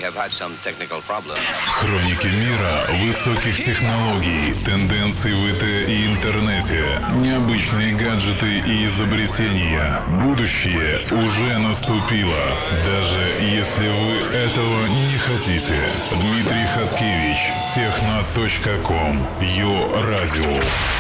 Хроники мира высоких технологий, тенденций в ИТ и интернете, необычные гаджеты и изобретения. Будущее уже наступило, даже если вы этого не хотите. Дмитрий Хаткевич, Техно.ком, Йо-Радио.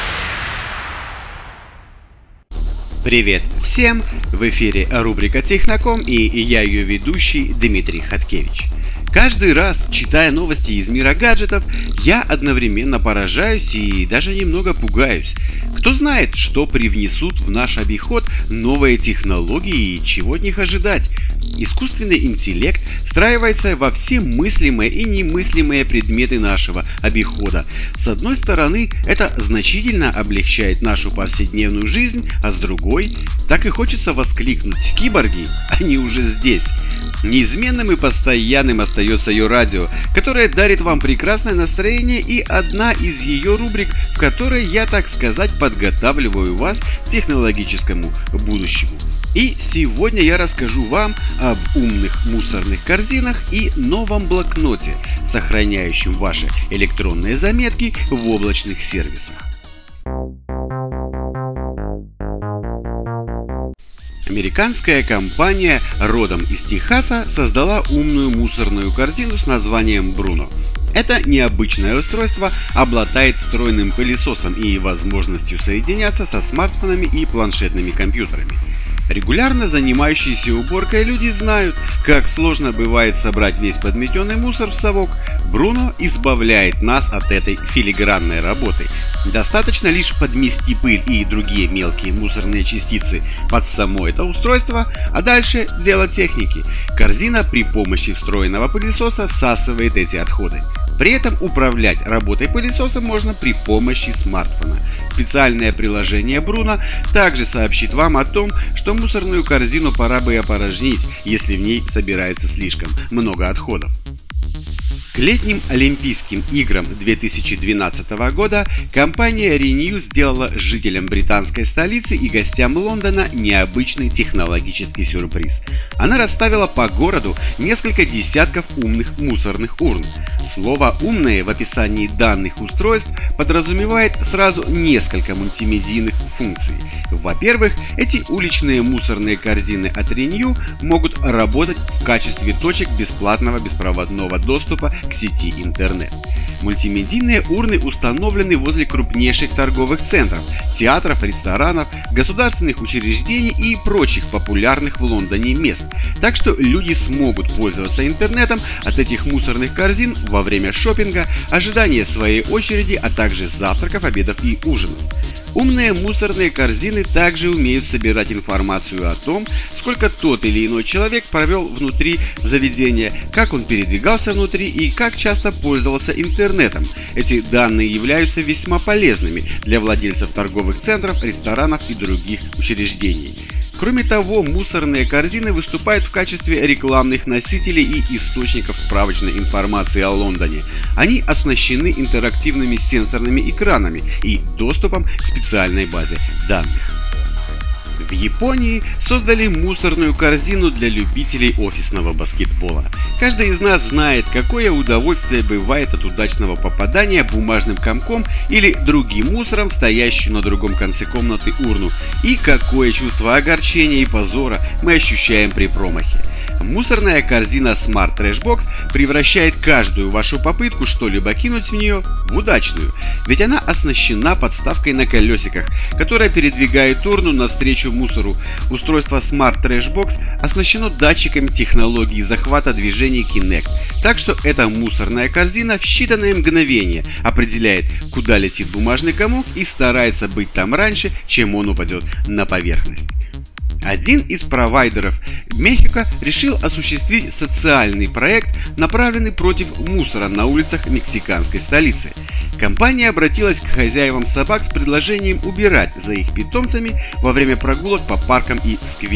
Привет всем! В эфире рубрика Техноком и я ее ведущий Дмитрий Хаткевич. Каждый раз, читая новости из мира гаджетов, я одновременно поражаюсь и даже немного пугаюсь. Кто знает, что привнесут в наш обиход новые технологии и чего от них ожидать. Искусственный интеллект встраивается во все мыслимые и немыслимые предметы нашего обихода. С одной стороны, это значительно облегчает нашу повседневную жизнь, а с другой, так и хочется воскликнуть: киборги, они уже здесь. Неизменным и постоянным остается Йо-Радио, которое дарит вам прекрасное настроение, и одна из ее рубрик, в которой я, так сказать, подготавливаю вас к технологическому будущему. И сегодня я расскажу вам об умных мусорных корзинах и новом блокноте, сохраняющем ваши электронные заметки в облачных сервисах. Американская компания родом из Техаса создала умную мусорную корзину с названием Bruno. Это необычное устройство обладает встроенным пылесосом и возможностью соединяться со смартфонами и планшетными компьютерами. Регулярно занимающиеся уборкой люди знают, как сложно бывает собрать весь подметенный мусор в совок. Bruno избавляет нас от этой филигранной работы. Достаточно лишь подмести пыль и другие мелкие мусорные частицы под само это устройство, а дальше дело техники. Корзина при помощи встроенного пылесоса всасывает эти отходы. При этом управлять работой пылесоса можно при помощи смартфона. Специальное приложение Bruno также сообщит вам о том, что мусорную корзину пора бы опорожнить, если в ней собирается слишком много отходов. К летним Олимпийским играм 2012 года компания Renew сделала жителям британской столицы и гостям Лондона необычный технологический сюрприз. Она расставила по городу несколько десятков умных мусорных урн. Слово «умные» в описании данных устройств подразумевает сразу несколько мультимедийных функций. Во-первых, эти уличные мусорные корзины от Renew могут работать в качестве точек бесплатного беспроводного доступа к сети интернет. Мультимедийные урны установлены возле крупнейших торговых центров, театров, ресторанов, государственных учреждений и прочих популярных в Лондоне мест. Так что люди смогут пользоваться интернетом от этих мусорных корзин во время шопинга, ожидания своей очереди, а также завтраков, обедов и ужинов. Умные мусорные корзины также умеют собирать информацию о том, сколько тот или иной человек провел внутри заведения, как он передвигался внутри и как часто пользовался интернетом. Эти данные являются весьма полезными для владельцев торговых центров, ресторанов и других учреждений. Кроме того, мусорные корзины выступают в качестве рекламных носителей и источников справочной информации о Лондоне. Они оснащены интерактивными сенсорными экранами и доступом к специальной базе данных. В Японии создали мусорную корзину для любителей офисного баскетбола. Каждый из нас знает, какое удовольствие бывает от удачного попадания бумажным комком или другим мусором в стоящую на другом конце комнаты урну, и какое чувство огорчения и позора мы ощущаем при промахе. Мусорная корзина Smart Trash Box превращает каждую вашу попытку что-либо кинуть в нее в удачную, ведь она оснащена подставкой на колесиках, которая передвигает урну навстречу мусору. Устройство Smart Trash Box оснащено датчиками технологии захвата движений Kinect, так что эта мусорная корзина в считанные мгновения определяет, куда летит бумажный комок, и старается быть там раньше, чем он упадет на поверхность. Один из провайдеров Мехико решил осуществить социальный проект, направленный против мусора на улицах мексиканской столицы. Компания обратилась к хозяевам собак с предложением убирать за их питомцами во время прогулок по паркам и скверам.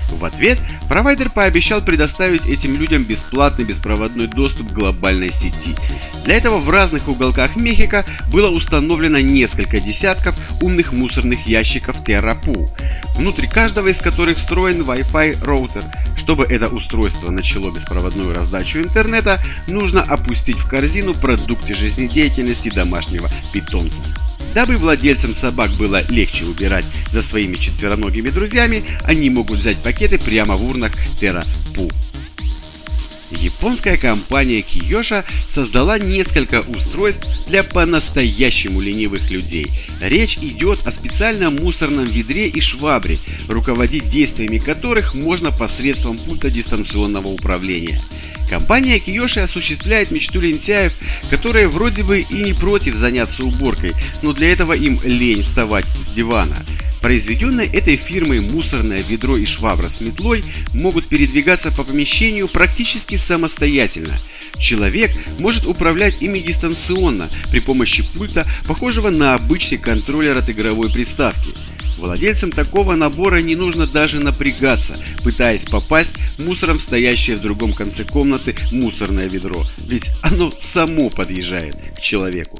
В ответ провайдер пообещал предоставить этим людям бесплатный беспроводной доступ к глобальной сети. Для этого в разных уголках Мехико было установлено несколько десятков умных мусорных ящиков TerraPool, внутри каждого из которых встроен Wi-Fi роутер. Чтобы это устройство начало беспроводную раздачу интернета, нужно опустить в корзину продукты жизнедеятельности домашнего питомца. Дабы владельцам собак было легче убирать за своими четвероногими друзьями, они могут взять пакеты прямо в урнах TerraPool. Японская компания Kiyosha создала несколько устройств для по-настоящему ленивых людей. Речь идет о специальном мусорном ведре и швабре, руководить действиями которых можно посредством пульта дистанционного управления. Компания Kiyosha осуществляет мечту лентяев, которые вроде бы и не против заняться уборкой, но для этого им лень вставать с дивана. Произведенные этой фирмой мусорное ведро и швабра с метлой могут передвигаться по помещению практически самостоятельно. Человек может управлять ими дистанционно при помощи пульта, похожего на обычный контроллер от игровой приставки. Владельцам такого набора не нужно даже напрягаться, пытаясь попасть мусором в стоящее в другом конце комнаты мусорное ведро, ведь оно само подъезжает к человеку.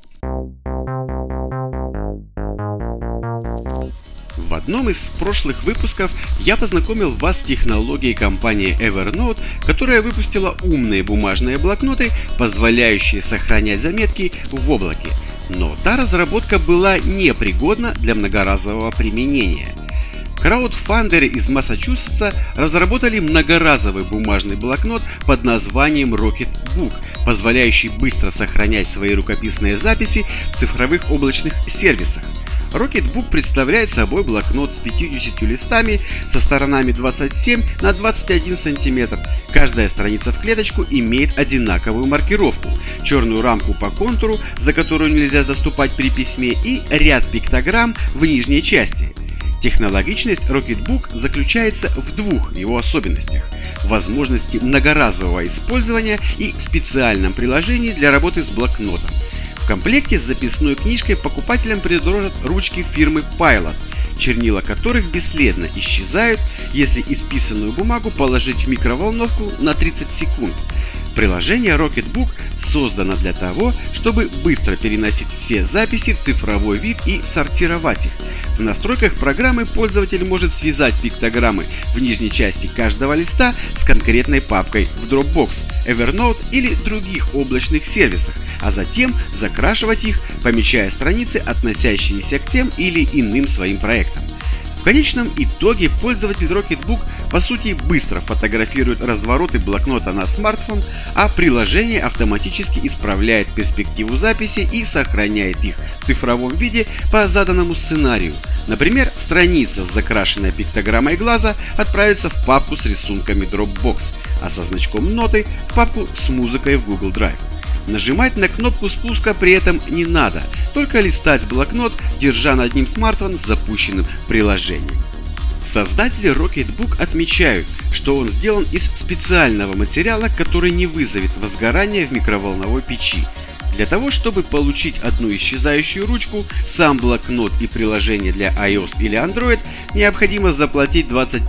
В одном из прошлых выпусков я познакомил вас с технологией компании Evernote, которая выпустила умные бумажные блокноты, позволяющие сохранять заметки в облаке. Но та разработка была непригодна для многоразового применения. Краудфандеры из Массачусетса разработали многоразовый бумажный блокнот под названием Rocketbook, позволяющий быстро сохранять свои рукописные записи в цифровых облачных сервисах. Rocketbook представляет собой блокнот с 50 листами со сторонами 27 на 21 см. Каждая страница в клеточку имеет одинаковую маркировку, черную рамку по контуру, за которую нельзя заступать при письме, и ряд пиктограмм в нижней части. Технологичность Rocketbook заключается в двух его особенностях: возможности многоразового использования и специальном приложении для работы с блокнотом. В комплекте с записной книжкой покупателям предложат ручки фирмы Pilot, чернила которых бесследно исчезают, если исписанную бумагу положить в микроволновку на 30 секунд. Приложение Rocketbook создано для того, чтобы быстро переносить все записи в цифровой вид и сортировать их. В настройках программы пользователь может связать пиктограммы в нижней части каждого листа с конкретной папкой в Dropbox, Evernote или других облачных сервисах, а затем закрашивать их, помечая страницы, относящиеся к тем или иным своим проектам. В конечном итоге пользователь Rocketbook по сути быстро фотографирует развороты блокнота на смартфон, а приложение автоматически исправляет перспективу записи и сохраняет их в цифровом виде по заданному сценарию. Например, страница с закрашенной пиктограммой глаза отправится в папку с рисунками Dropbox, а со значком ноты в папку с музыкой в Google Drive. Нажимать на кнопку спуска при этом не надо, только листать блокнот, держа над ним смартфон с запущенным приложением. Создатели Rocketbook отмечают, что он сделан из специального материала, который не вызовет возгорания в микроволновой печи. Для того, чтобы получить одну исчезающую ручку, сам блокнот и приложение для iOS или Android, необходимо заплатить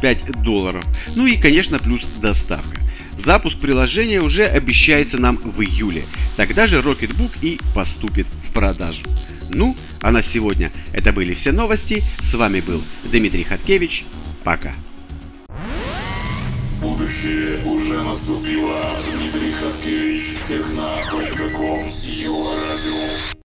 $25. Ну и, конечно, плюс доставка. Запуск приложения уже обещается нам в июле. Тогда же Rocketbook и поступит в продажу. Ну, а на сегодня это были все новости. С вами был Дмитрий Хаткевич. Пока. Будущее уже наступило. Дмитрий Хаткевич, Техно.com, Его радио.